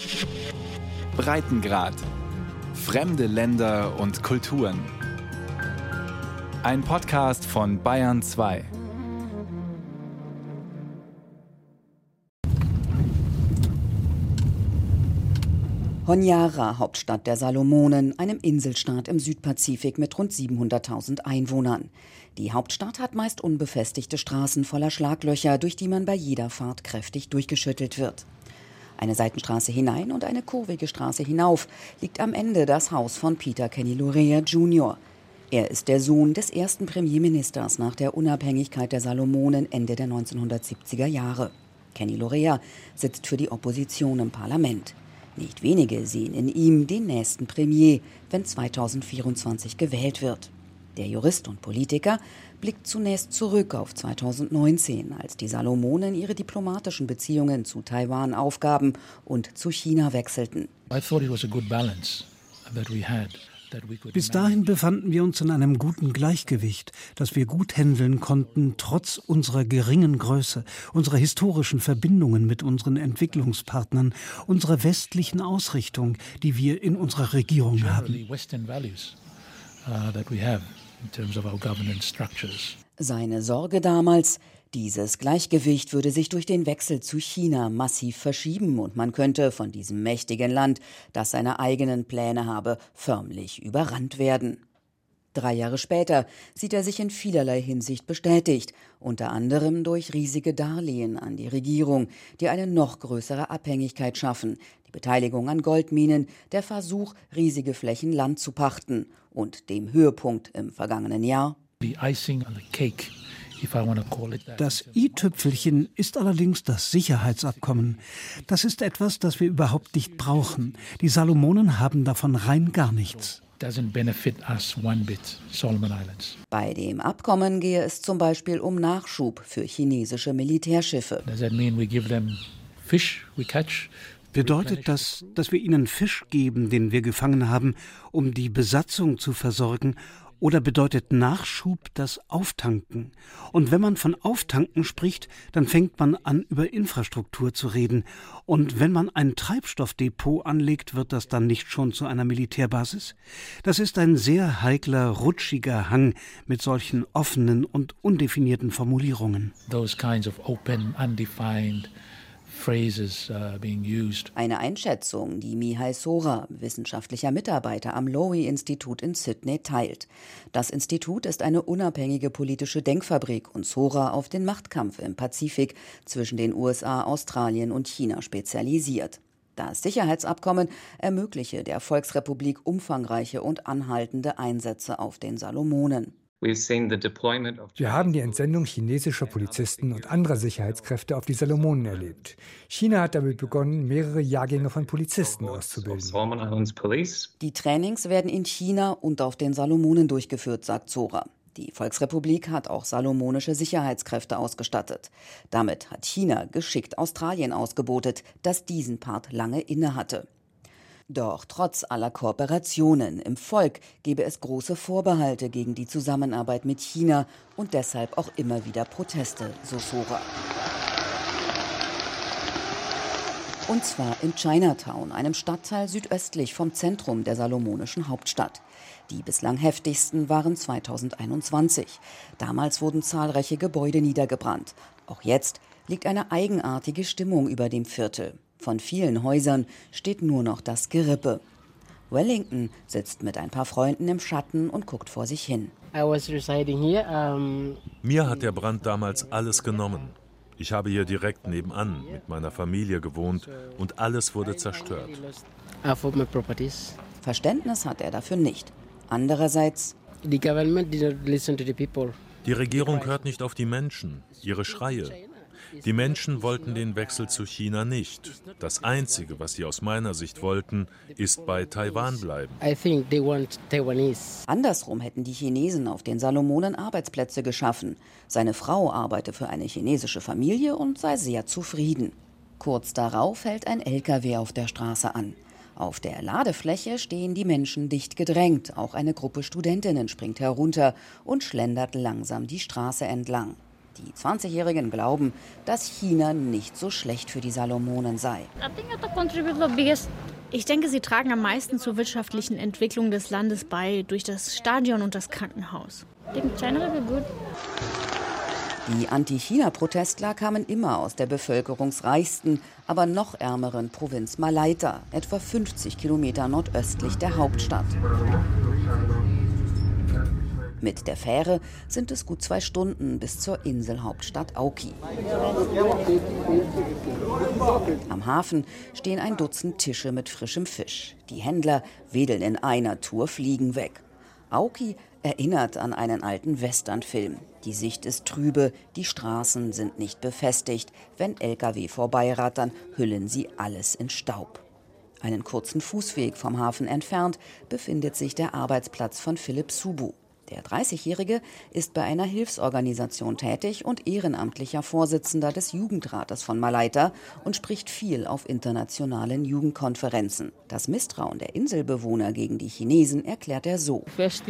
Breitengrad. Fremde Länder und Kulturen. Ein Podcast von Bayern 2. Honiara, Hauptstadt der Salomonen, einem Inselstaat im Südpazifik mit rund 700.000 Einwohnern. Die Hauptstadt hat meist unbefestigte Straßen voller Schlaglöcher, durch die man bei jeder Fahrt kräftig durchgeschüttelt wird. Eine Seitenstraße hinein und eine kurvige Straße hinauf liegt am Ende das Haus von Peter Kenny Lorea Jr. Er ist der Sohn des ersten Premierministers nach der Unabhängigkeit der Salomonen Ende der 1970er Jahre. Kenny Lorea sitzt für die Opposition im Parlament. Nicht wenige sehen in ihm den nächsten Premier, wenn 2024 gewählt wird. Der Jurist und Politiker blickt zunächst zurück auf 2019, als die Salomonen ihre diplomatischen Beziehungen zu Taiwan aufgaben und zu China wechselten. Bis dahin befanden wir uns in einem guten Gleichgewicht, das wir gut handeln konnten, trotz unserer geringen Größe, unserer historischen Verbindungen mit unseren Entwicklungspartnern, unserer westlichen Ausrichtung, die wir in unserer Regierung haben. Seine Sorge damals: Dieses Gleichgewicht würde sich durch den Wechsel zu China massiv verschieben und man könnte von diesem mächtigen Land, das seine eigenen Pläne habe, förmlich überrannt werden. 3 Jahre später sieht er sich in vielerlei Hinsicht bestätigt, unter anderem durch riesige Darlehen an die Regierung, die eine noch größere Abhängigkeit schaffen, die Beteiligung an Goldminen, der Versuch, riesige Flächen Land zu pachten und dem Höhepunkt im vergangenen Jahr: Das i-Tüpfelchen ist allerdings das Sicherheitsabkommen. Das ist etwas, das wir überhaupt nicht brauchen. Die Salomonen haben davon rein gar nichts. Bei dem Abkommen gehe es zum Beispiel um Nachschub für chinesische Militärschiffe. Bedeutet das, dass wir ihnen Fisch geben, den wir gefangen haben, um die Besatzung zu versorgen? Oder bedeutet Nachschub das Auftanken? Und wenn man von Auftanken spricht, dann fängt man an, über Infrastruktur zu reden. Und wenn man ein Treibstoffdepot anlegt, wird das dann nicht schon zu einer Militärbasis? Das ist ein sehr heikler, rutschiger Hang mit solchen offenen und undefinierten Formulierungen. Those kinds of open, undefined phrases being used. Eine Einschätzung, die Mihai Sora, wissenschaftlicher Mitarbeiter am Lowy-Institut in Sydney, teilt. Das Institut ist eine unabhängige politische Denkfabrik und Sora auf den Machtkampf im Pazifik zwischen den USA, Australien und China spezialisiert. Das Sicherheitsabkommen ermögliche der Volksrepublik umfangreiche und anhaltende Einsätze auf den Salomonen. Wir haben die Entsendung chinesischer Polizisten und anderer Sicherheitskräfte auf die Salomonen erlebt. China hat damit begonnen, mehrere Jahrgänge von Polizisten auszubilden. Die Trainings werden in China und auf den Salomonen durchgeführt, sagt Sora. Die Volksrepublik hat auch salomonische Sicherheitskräfte ausgestattet. Damit hat China geschickt Australien ausgebotet, das diesen Part lange innehatte. Doch trotz aller Kooperationen im Volk gebe es große Vorbehalte gegen die Zusammenarbeit mit China und deshalb auch immer wieder Proteste, so Sora. Und zwar in Chinatown, einem Stadtteil südöstlich vom Zentrum der salomonischen Hauptstadt. Die bislang heftigsten waren 2021. Damals wurden zahlreiche Gebäude niedergebrannt. Auch jetzt liegt eine eigenartige Stimmung über dem Viertel. Von vielen Häusern steht nur noch das Gerippe. Wellington sitzt mit ein paar Freunden im Schatten und guckt vor sich hin. Mir hat der Brand damals alles genommen. Ich habe hier direkt nebenan mit meiner Familie gewohnt und alles wurde zerstört. Verständnis hat er dafür nicht. Andererseits: Die Regierung hört nicht auf die Menschen, ihre Schreie. Die Menschen wollten den Wechsel zu China nicht. Das Einzige, was sie aus meiner Sicht wollten, ist bei Taiwan bleiben. Andersrum hätten die Chinesen auf den Salomonen Arbeitsplätze geschaffen. Seine Frau arbeite für eine chinesische Familie und sei sehr zufrieden. Kurz darauf hält ein LKW auf der Straße an. Auf der Ladefläche stehen die Menschen dicht gedrängt. Auch eine Gruppe Studentinnen springt herunter und schlendert langsam die Straße entlang. Die 20-Jährigen glauben, dass China nicht so schlecht für die Salomonen sei. Ich denke, sie tragen am meisten zur wirtschaftlichen Entwicklung des Landes bei, durch das Stadion und das Krankenhaus. Die Anti-China-Protestler kamen immer aus der bevölkerungsreichsten, aber noch ärmeren Provinz Malaita, etwa 50 Kilometer nordöstlich der Hauptstadt. Mit der Fähre sind es gut 2 Stunden bis zur Inselhauptstadt Auki. Am Hafen stehen ein Dutzend Tische mit frischem Fisch. Die Händler wedeln in einer Tour Fliegen weg. Auki erinnert an einen alten Westernfilm. Die Sicht ist trübe, die Straßen sind nicht befestigt. Wenn Lkw vorbeirattern, hüllen sie alles in Staub. Einen kurzen Fußweg vom Hafen entfernt befindet sich der Arbeitsplatz von Philipp Subu. Der 30-Jährige ist bei einer Hilfsorganisation tätig und ehrenamtlicher Vorsitzender des Jugendrates von Malaita und spricht viel auf internationalen Jugendkonferenzen. Das Misstrauen der Inselbewohner gegen die Chinesen erklärt er so.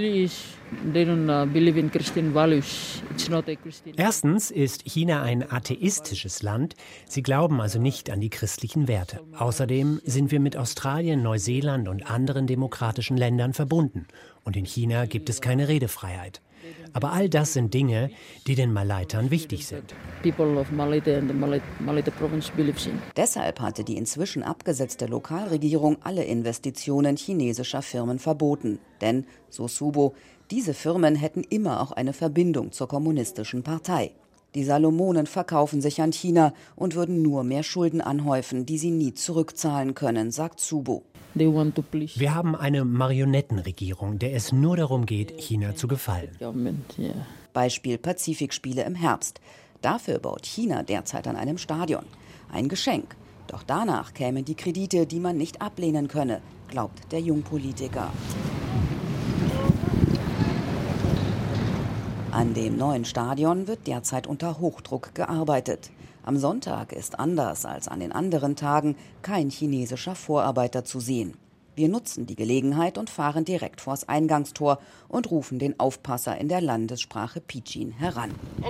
Erstens ist China ein atheistisches Land. Sie glauben also nicht an die christlichen Werte. Außerdem sind wir mit Australien, Neuseeland und anderen demokratischen Ländern verbunden. Und in China gibt es keine Redefreiheit. Aber all das sind Dinge, die den Malaitern wichtig sind. Deshalb hatte die inzwischen abgesetzte Lokalregierung alle Investitionen chinesischer Firmen verboten. Denn, so Subo, diese Firmen hätten immer auch eine Verbindung zur kommunistischen Partei. Die Salomonen verkaufen sich an China und würden nur mehr Schulden anhäufen, die sie nie zurückzahlen können, sagt Subo. Wir haben eine Marionettenregierung, der es nur darum geht, China zu gefallen. Beispiel Pazifikspiele im Herbst. Dafür baut China derzeit an einem Stadion. Ein Geschenk. Doch danach kämen die Kredite, die man nicht ablehnen könne, glaubt der Jungpolitiker. An dem neuen Stadion wird derzeit unter Hochdruck gearbeitet. Am Sonntag ist anders als an den anderen Tagen kein chinesischer Vorarbeiter zu sehen. Wir nutzen die Gelegenheit und fahren direkt vors Eingangstor und rufen den Aufpasser in der Landessprache Pidgin heran.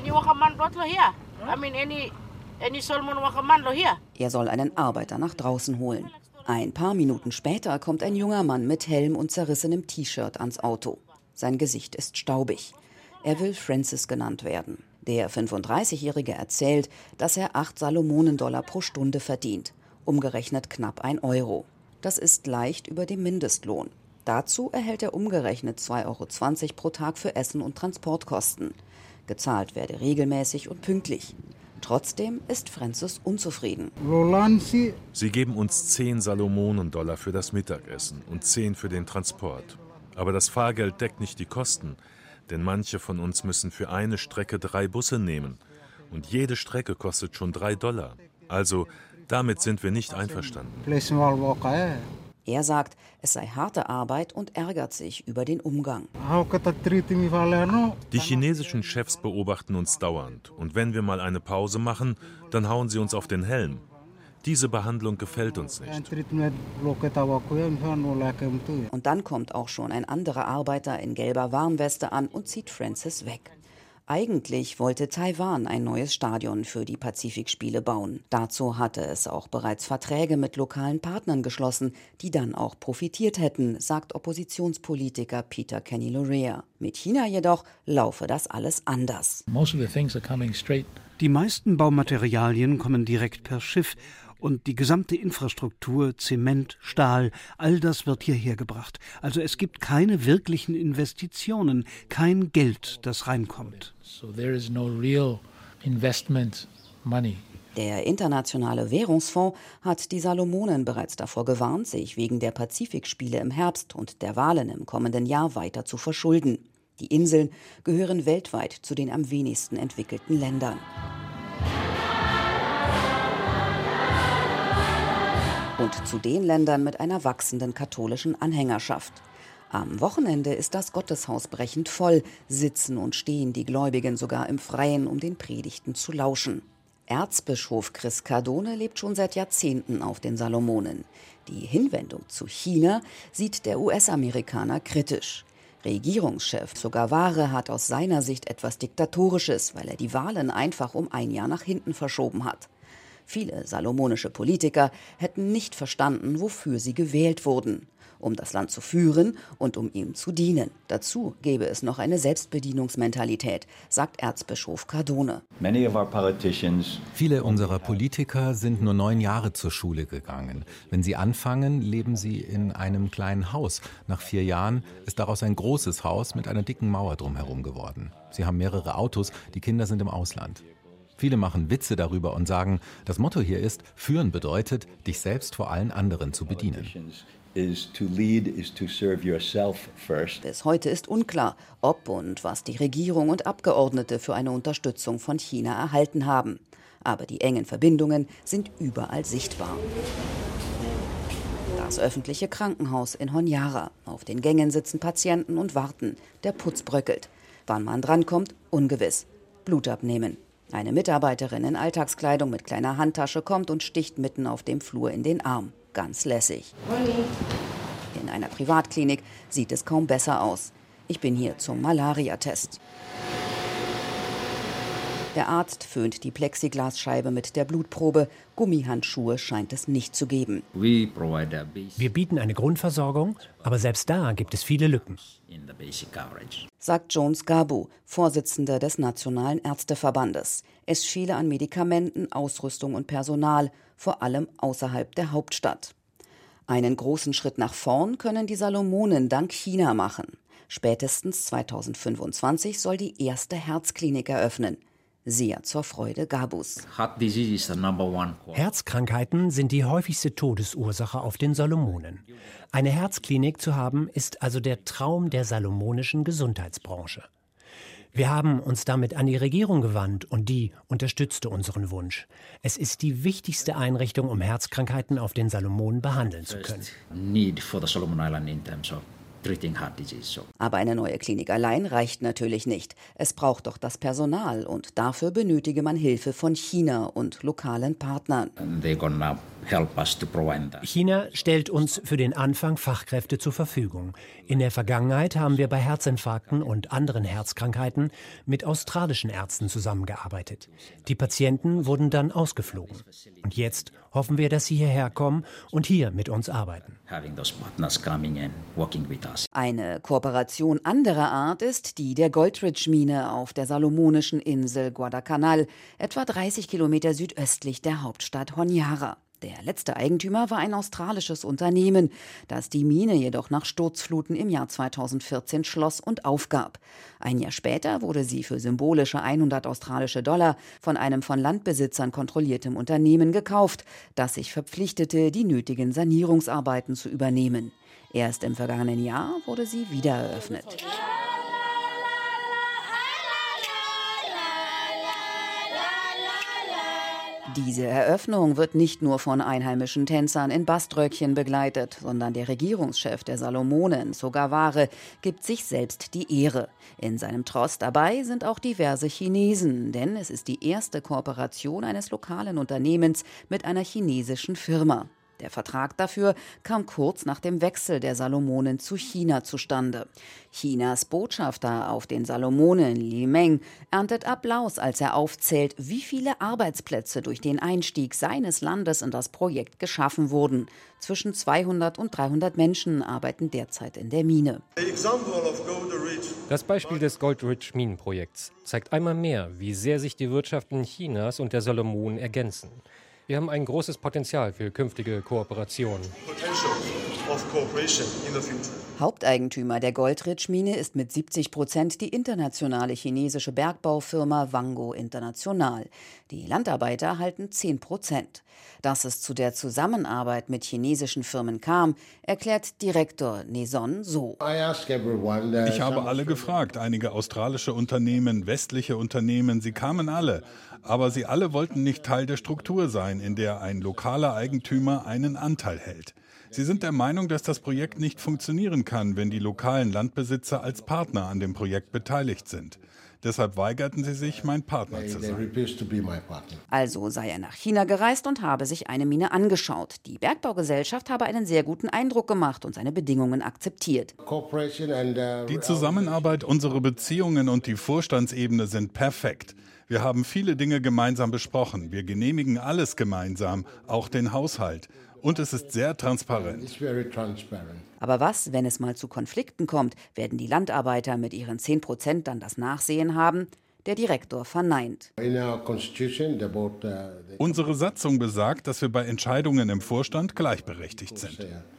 Er soll einen Arbeiter nach draußen holen. Ein paar Minuten später kommt ein junger Mann mit Helm und zerrissenem T-Shirt ans Auto. Sein Gesicht ist staubig. Er will Francis genannt werden. Der 35-Jährige erzählt, dass er 8 Salomonendollar pro Stunde verdient, umgerechnet knapp 1 Euro. Das ist leicht über dem Mindestlohn. Dazu erhält er umgerechnet 2,20 Euro pro Tag für Essen und Transportkosten. Gezahlt werde regelmäßig und pünktlich. Trotzdem ist Francis unzufrieden. Sie geben uns 10 Salomonendollar für das Mittagessen und 10 für den Transport. Aber das Fahrgeld deckt nicht die Kosten. Denn manche von uns müssen für eine Strecke 3 Busse nehmen. Und jede Strecke kostet schon $3. Also, damit sind wir nicht einverstanden. Er sagt, es sei harte Arbeit und ärgert sich über den Umgang. Die chinesischen Chefs beobachten uns dauernd. Und wenn wir mal eine Pause machen, dann hauen sie uns auf den Helm. Diese Behandlung gefällt uns nicht. Und dann kommt auch schon ein anderer Arbeiter in gelber Warnweste an und zieht Francis weg. Eigentlich wollte Taiwan ein neues Stadion für die Pazifikspiele bauen. Dazu hatte es auch bereits Verträge mit lokalen Partnern geschlossen, die dann auch profitiert hätten, sagt Oppositionspolitiker Peter Kenny-Lorea. Mit China jedoch laufe das alles anders. Die meisten Baumaterialien kommen direkt per Schiff. Und die gesamte Infrastruktur, Zement, Stahl, all das wird hierher gebracht. Also es gibt keine wirklichen Investitionen, kein Geld, das reinkommt. Der Internationale Währungsfonds hat die Salomonen bereits davor gewarnt, sich wegen der Pazifikspiele im Herbst und der Wahlen im kommenden Jahr weiter zu verschulden. Die Inseln gehören weltweit zu den am wenigsten entwickelten Ländern. Und zu den Ländern mit einer wachsenden katholischen Anhängerschaft. Am Wochenende ist das Gotteshaus brechend voll, sitzen und stehen die Gläubigen sogar im Freien, um den Predigten zu lauschen. Erzbischof Chris Cardone lebt schon seit Jahrzehnten auf den Salomonen. Die Hinwendung zu China sieht der US-Amerikaner kritisch. Regierungschef Sogaware hat aus seiner Sicht etwas Diktatorisches, weil er die Wahlen einfach um ein Jahr nach hinten verschoben hat. Viele salomonische Politiker hätten nicht verstanden, wofür sie gewählt wurden. Um das Land zu führen und um ihm zu dienen. Dazu gäbe es noch eine Selbstbedienungsmentalität, sagt Erzbischof Cardone. Viele unserer Politiker sind nur 9 Jahre zur Schule gegangen. Wenn sie anfangen, leben sie in einem kleinen Haus. Nach 4 Jahren ist daraus ein großes Haus mit einer dicken Mauer drumherum geworden. Sie haben mehrere Autos, die Kinder sind im Ausland. Viele machen Witze darüber und sagen, das Motto hier ist, führen bedeutet, dich selbst vor allen anderen zu bedienen. Bis heute ist unklar, ob und was die Regierung und Abgeordnete für eine Unterstützung von China erhalten haben. Aber die engen Verbindungen sind überall sichtbar. Das öffentliche Krankenhaus in Honiara. Auf den Gängen sitzen Patienten und warten. Der Putz bröckelt. Wann man drankommt, ungewiss. Blut abnehmen. Eine Mitarbeiterin in Alltagskleidung mit kleiner Handtasche kommt und sticht mitten auf dem Flur in den Arm. Ganz lässig. In einer Privatklinik sieht es kaum besser aus. Ich bin hier zum Malaria-Test. Der Arzt föhnt die Plexiglasscheibe mit der Blutprobe. Gummihandschuhe scheint es nicht zu geben. Wir bieten eine Grundversorgung, aber selbst da gibt es viele Lücken, sagt Jones Gabu, Vorsitzender des Nationalen Ärzteverbandes. Es fehle an Medikamenten, Ausrüstung und Personal, vor allem außerhalb der Hauptstadt. Einen großen Schritt nach vorn können die Salomonen dank China machen. Spätestens 2025 soll die erste Herzklinik eröffnen. Sehr zur Freude Gabus. Herzkrankheiten sind die häufigste Todesursache auf den Salomonen. Eine Herzklinik zu haben, ist also der Traum der salomonischen Gesundheitsbranche. Wir haben uns damit an die Regierung gewandt und die unterstützte unseren Wunsch. Es ist die wichtigste Einrichtung, um Herzkrankheiten auf den Salomonen behandeln zu können. Aber eine neue Klinik allein reicht natürlich nicht. Es braucht doch das Personal und dafür benötige man Hilfe von China und lokalen Partnern. China stellt uns für den Anfang Fachkräfte zur Verfügung. In der Vergangenheit haben wir bei Herzinfarkten und anderen Herzkrankheiten mit australischen Ärzten zusammengearbeitet. Die Patienten wurden dann ausgeflogen. Und jetzt hoffen wir, dass sie hierher kommen und hier mit uns arbeiten. Eine Kooperation anderer Art ist die der Goldridge-Mine auf der salomonischen Insel Guadalcanal, etwa 30 Kilometer südöstlich der Hauptstadt Honiara. Der letzte Eigentümer war ein australisches Unternehmen, das die Mine jedoch nach Sturzfluten im Jahr 2014 schloss und aufgab. Ein Jahr später wurde sie für symbolische 100 australische Dollar von einem von Landbesitzern kontrolliertem Unternehmen gekauft, das sich verpflichtete, die nötigen Sanierungsarbeiten zu übernehmen. Erst im vergangenen Jahr wurde sie wieder eröffnet. Diese Eröffnung wird nicht nur von einheimischen Tänzern in Baströckchen begleitet, sondern der Regierungschef der Salomonen, Sogaware, gibt sich selbst die Ehre. In seinem Tross dabei sind auch diverse Chinesen, denn es ist die erste Kooperation eines lokalen Unternehmens mit einer chinesischen Firma. Der Vertrag dafür kam kurz nach dem Wechsel der Salomonen zu China zustande. Chinas Botschafter auf den Salomonen, Li Meng, erntet Applaus, als er aufzählt, wie viele Arbeitsplätze durch den Einstieg seines Landes in das Projekt geschaffen wurden. Zwischen 200 und 300 Menschen arbeiten derzeit in der Mine. Das Beispiel des Goldridge-Minenprojekts zeigt einmal mehr, wie sehr sich die Wirtschaften Chinas und der Salomonen ergänzen. Wir haben ein großes Potenzial für künftige Kooperationen. Haupteigentümer der Goldridge-Mine ist mit 70% die internationale chinesische Bergbaufirma Wango International. Die Landarbeiter halten 10%. Dass es zu der Zusammenarbeit mit chinesischen Firmen kam, erklärt Direktor Neson so. Ich habe alle gefragt, einige australische Unternehmen, westliche Unternehmen, sie kamen alle. Aber sie alle wollten nicht Teil der Struktur sein, in der ein lokaler Eigentümer einen Anteil hält. Sie sind der Meinung, dass das Projekt nicht funktionieren kann, wenn die lokalen Landbesitzer als Partner an dem Projekt beteiligt sind. Deshalb weigerten sie sich, mein Partner zu sein. Also sei er nach China gereist und habe sich eine Mine angeschaut. Die Bergbaugesellschaft habe einen sehr guten Eindruck gemacht und seine Bedingungen akzeptiert. Die Zusammenarbeit, unsere Beziehungen und die Vorstandsebene sind perfekt. Wir haben viele Dinge gemeinsam besprochen. Wir genehmigen alles gemeinsam, auch den Haushalt. Und es ist sehr transparent. Aber was, wenn es mal zu Konflikten kommt? Werden die Landarbeiter mit ihren 10% dann das Nachsehen haben? Der Direktor verneint. Unsere Satzung besagt, dass wir bei Entscheidungen im Vorstand gleichberechtigt sind.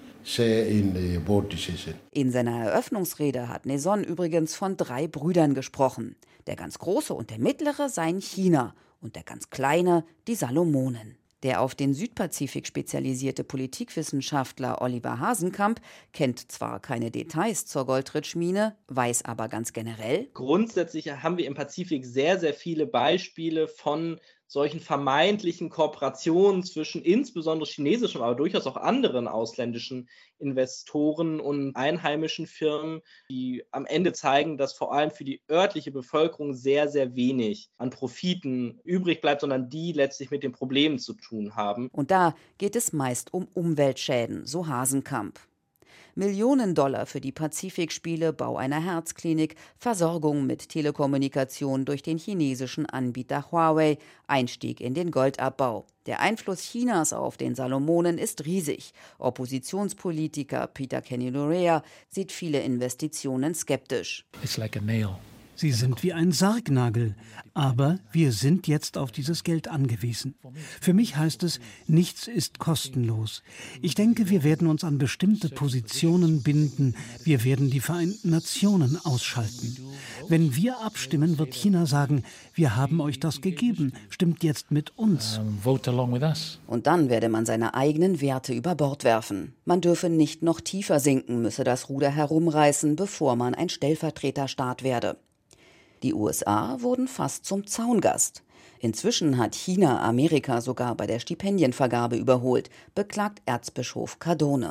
In seiner Eröffnungsrede hat Naison übrigens von 3 Brüdern gesprochen. Der ganz Große und der Mittlere seien China und der ganz Kleine die Salomonen. Der auf den Südpazifik spezialisierte Politikwissenschaftler Oliver Hasenkamp kennt zwar keine Details zur Goldrich-Mine, weiß aber ganz generell: Grundsätzlich haben wir im Pazifik sehr, sehr viele Beispiele von solchen vermeintlichen Kooperationen zwischen insbesondere chinesischen, aber durchaus auch anderen ausländischen Investoren und einheimischen Firmen, die am Ende zeigen, dass vor allem für die örtliche Bevölkerung sehr, sehr wenig an Profiten übrig bleibt, sondern die letztlich mit den Problemen zu tun haben. Und da geht es meist um Umweltschäden, so Hasenkamp. Millionen Dollar für die Pazifikspiele, Bau einer Herzklinik, Versorgung mit Telekommunikation durch den chinesischen Anbieter Huawei, Einstieg in den Goldabbau. Der Einfluss Chinas auf den Salomonen ist riesig. Oppositionspolitiker Peter Kenny-Lorea sieht viele Investitionen skeptisch. It's like a nail. Sie sind wie ein Sargnagel, aber wir sind jetzt auf dieses Geld angewiesen. Für mich heißt es, nichts ist kostenlos. Ich denke, wir werden uns an bestimmte Positionen binden. Wir werden die Vereinten Nationen ausschalten. Wenn wir abstimmen, wird China sagen, wir haben euch das gegeben, stimmt jetzt mit uns. Vote along with us. Und dann werde man seine eigenen Werte über Bord werfen. Man dürfe nicht noch tiefer sinken, müsse das Ruder herumreißen, bevor man ein Stellvertreterstaat werde. Die USA wurden fast zum Zaungast. Inzwischen hat China Amerika sogar bei der Stipendienvergabe überholt, beklagt Erzbischof Cardone.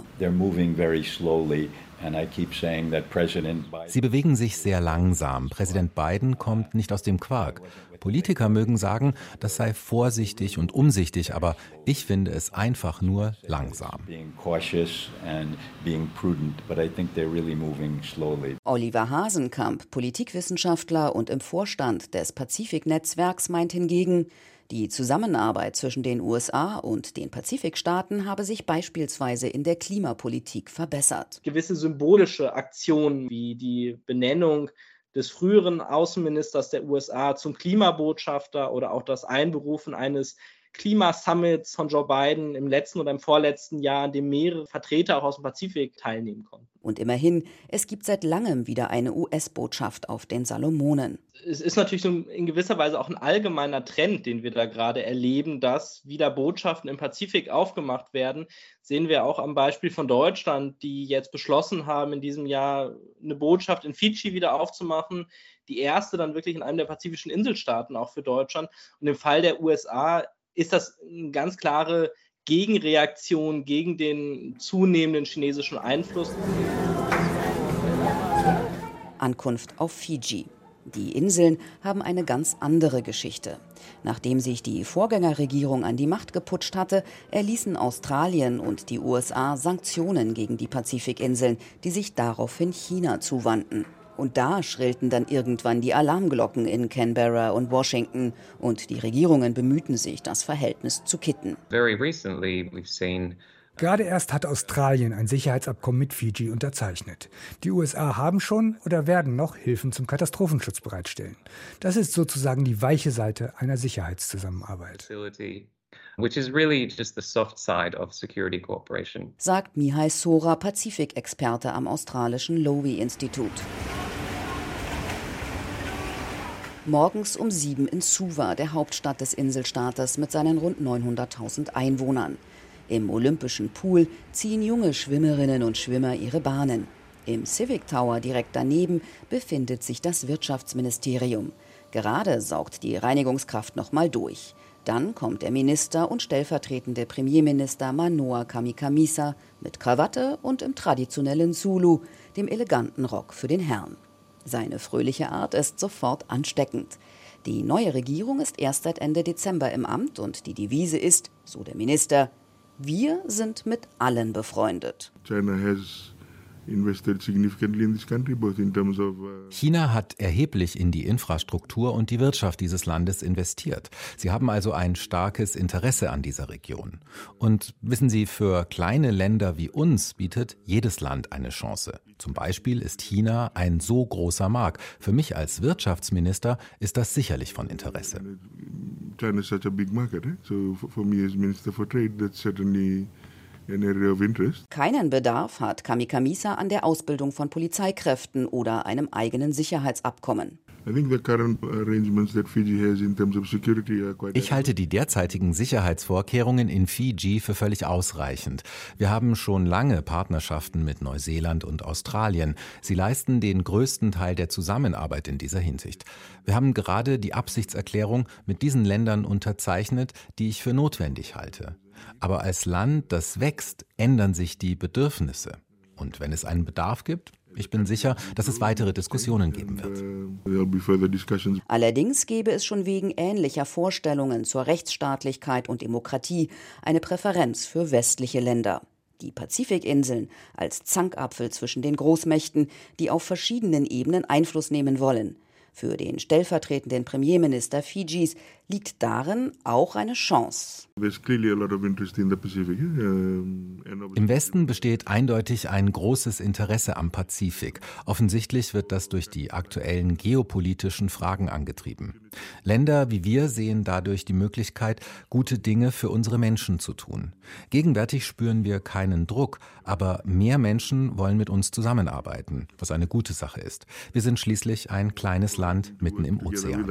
Sie bewegen sich sehr langsam. Präsident Biden kommt nicht aus dem Quark. Politiker mögen sagen, das sei vorsichtig und umsichtig, aber ich finde es einfach nur langsam. Oliver Hasenkamp, Politikwissenschaftler und im Vorstand des Pazifik-Netzwerks, meint hingegen, die Zusammenarbeit zwischen den USA und den Pazifikstaaten habe sich beispielsweise in der Klimapolitik verbessert. Gewisse symbolische Aktionen wie die Benennung des früheren Außenministers der USA zum Klimabotschafter oder auch das Einberufen eines Klimasummits von Joe Biden im letzten oder im vorletzten Jahr, an dem mehrere Vertreter auch aus dem Pazifik teilnehmen konnten. Und immerhin, es gibt seit langem wieder eine US-Botschaft auf den Salomonen. Es ist natürlich so in gewisser Weise auch ein allgemeiner Trend, den wir da gerade erleben, dass wieder Botschaften im Pazifik aufgemacht werden. Sehen wir auch am Beispiel von Deutschland, die jetzt beschlossen haben, in diesem Jahr eine Botschaft in Fidschi wieder aufzumachen. Die erste dann wirklich in einem der pazifischen Inselstaaten auch für Deutschland. Und im Fall der USA ist das eine ganz klare Gegenreaktion gegen den zunehmenden chinesischen Einfluss. Ankunft auf Fidschi. Die Inseln haben eine ganz andere Geschichte. Nachdem sich die Vorgängerregierung an die Macht geputscht hatte, erließen Australien und die USA Sanktionen gegen die Pazifikinseln, die sich daraufhin China zuwandten. Und da schrillten dann irgendwann die Alarmglocken in Canberra und Washington und die Regierungen bemühten sich, das Verhältnis zu kitten. Gerade erst hat Australien ein Sicherheitsabkommen mit Fidschi unterzeichnet. Die USA haben schon oder werden noch Hilfen zum Katastrophenschutz bereitstellen. Das ist sozusagen die weiche Seite einer Sicherheitszusammenarbeit. Sagt Mihai Sora, Pazifikexperte am australischen Lowy-Institut. Morgens um 7 in Suva, der Hauptstadt des Inselstaates mit seinen rund 900.000 Einwohnern. Im Olympischen Pool ziehen junge Schwimmerinnen und Schwimmer ihre Bahnen. Im Civic Tower direkt daneben befindet sich das Wirtschaftsministerium. Gerade saugt die Reinigungskraft noch mal durch. Dann kommt der Minister und stellvertretende Premierminister Manoa Kamikamica mit Krawatte und im traditionellen Zulu, dem eleganten Rock für den Herrn. Seine fröhliche Art ist sofort ansteckend. Die neue Regierung ist erst seit Ende Dezember im Amt und die Devise ist, so der Minister, wir sind mit allen befreundet. China hat erheblich in die Infrastruktur und die Wirtschaft dieses Landes investiert. Sie haben also ein starkes Interesse an dieser Region. Und wissen Sie, für kleine Länder wie uns bietet jedes Land eine Chance. Zum Beispiel ist China ein so großer Markt. Für mich als Wirtschaftsminister ist das sicherlich von Interesse. China is such a big market, so for me as Minister for Trade, that's certainly an area of interest. Keinen Bedarf hat Kamikamica an der Ausbildung von Polizeikräften oder einem eigenen Sicherheitsabkommen. Ich halte die derzeitigen Sicherheitsvorkehrungen in Fiji für völlig ausreichend. Wir haben schon lange Partnerschaften mit Neuseeland und Australien. Sie leisten den größten Teil der Zusammenarbeit in dieser Hinsicht. Wir haben gerade die Absichtserklärung mit diesen Ländern unterzeichnet, die ich für notwendig halte. Aber als Land, das wächst, ändern sich die Bedürfnisse. Und wenn es einen Bedarf gibt, ich bin sicher, dass es weitere Diskussionen geben wird. Allerdings gäbe es schon wegen ähnlicher Vorstellungen zur Rechtsstaatlichkeit und Demokratie eine Präferenz für westliche Länder. Die Pazifikinseln als Zankapfel zwischen den Großmächten, die auf verschiedenen Ebenen Einfluss nehmen wollen. Für den stellvertretenden Premierminister Fijis liegt darin auch eine Chance. Im Westen besteht eindeutig ein großes Interesse am Pazifik. Offensichtlich wird das durch die aktuellen geopolitischen Fragen angetrieben. Länder wie wir sehen dadurch die Möglichkeit, gute Dinge für unsere Menschen zu tun. Gegenwärtig spüren wir keinen Druck, aber mehr Menschen wollen mit uns zusammenarbeiten, was eine gute Sache ist. Wir sind schließlich ein kleines Land mitten im Ozean.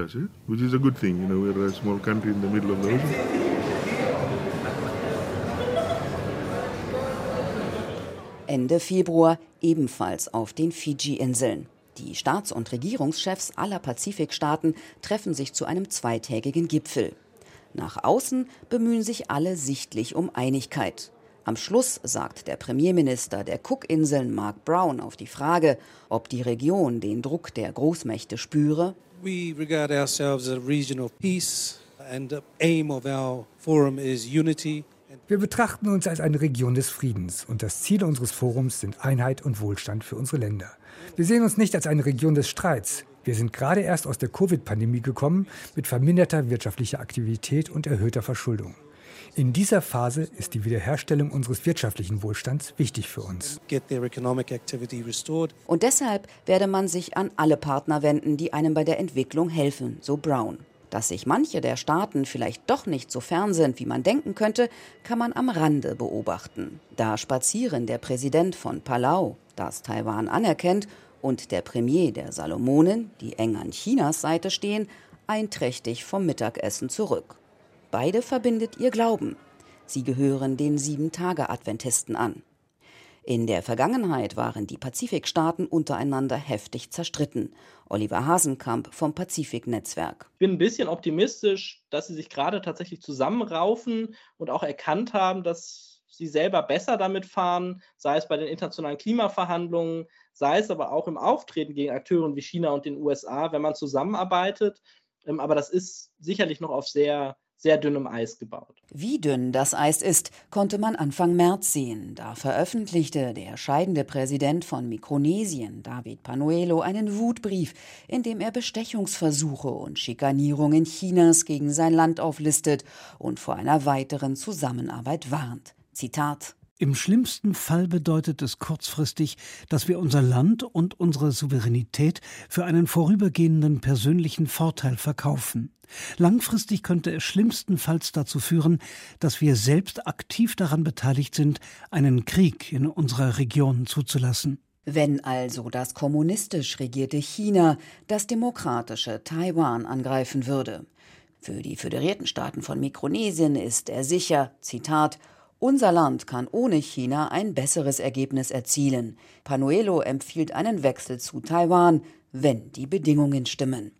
Ende Februar ebenfalls auf den Fidschi-Inseln. Die Staats- und Regierungschefs aller Pazifikstaaten treffen sich zu einem zweitägigen Gipfel. Nach außen bemühen sich alle sichtlich um Einigkeit. Am Schluss sagt der Premierminister der Cookinseln Mark Brown auf die Frage, ob die Region den Druck der Großmächte spüre: We regard ourselves as a region of peace and the aim of our forum is unity. Wir betrachten uns als eine Region des Friedens und das Ziel unseres Forums sind Einheit und Wohlstand für unsere Länder. Wir sehen uns nicht als eine Region des Streits. Wir sind gerade erst aus der Covid-Pandemie gekommen mit verminderter wirtschaftlicher Aktivität und erhöhter Verschuldung. In dieser Phase ist die Wiederherstellung unseres wirtschaftlichen Wohlstands wichtig für uns. Und deshalb werde man sich an alle Partner wenden, die einem bei der Entwicklung helfen, so Brown. Dass sich manche der Staaten vielleicht doch nicht so fern sind, wie man denken könnte, kann man am Rande beobachten. Da spazieren der Präsident von Palau, das Taiwan anerkennt, und der Premier der Salomonen, die eng an Chinas Seite stehen, einträchtig vom Mittagessen zurück. Beide verbindet ihr Glauben. Sie gehören den 7-Tage-Adventisten an. In der Vergangenheit waren die Pazifikstaaten untereinander heftig zerstritten. Oliver Hasenkamp vom Pazifik-Netzwerk. Ich bin ein bisschen optimistisch, dass sie sich gerade tatsächlich zusammenraufen und auch erkannt haben, dass sie selber besser damit fahren, sei es bei den internationalen Klimaverhandlungen, sei es aber auch im Auftreten gegen Akteure wie China und den USA, wenn man zusammenarbeitet. Aber das ist sicherlich noch auf sehr dünnem Eis gebaut. Wie dünn das Eis ist, konnte man Anfang März sehen. Da veröffentlichte der scheidende Präsident von Mikronesien, David Panuelo, einen Wutbrief, in dem er Bestechungsversuche und Schikanierungen Chinas gegen sein Land auflistet und vor einer weiteren Zusammenarbeit warnt. Zitat: Im schlimmsten Fall bedeutet es kurzfristig, dass wir unser Land und unsere Souveränität für einen vorübergehenden persönlichen Vorteil verkaufen. Langfristig könnte es schlimmstenfalls dazu führen, dass wir selbst aktiv daran beteiligt sind, einen Krieg in unserer Region zuzulassen. Wenn also das kommunistisch regierte China das demokratische Taiwan angreifen würde. Für die föderierten Staaten von Mikronesien ist er sicher, Zitat: Unser Land kann ohne China ein besseres Ergebnis erzielen. Panuelo empfiehlt einen Wechsel zu Taiwan, wenn die Bedingungen stimmen.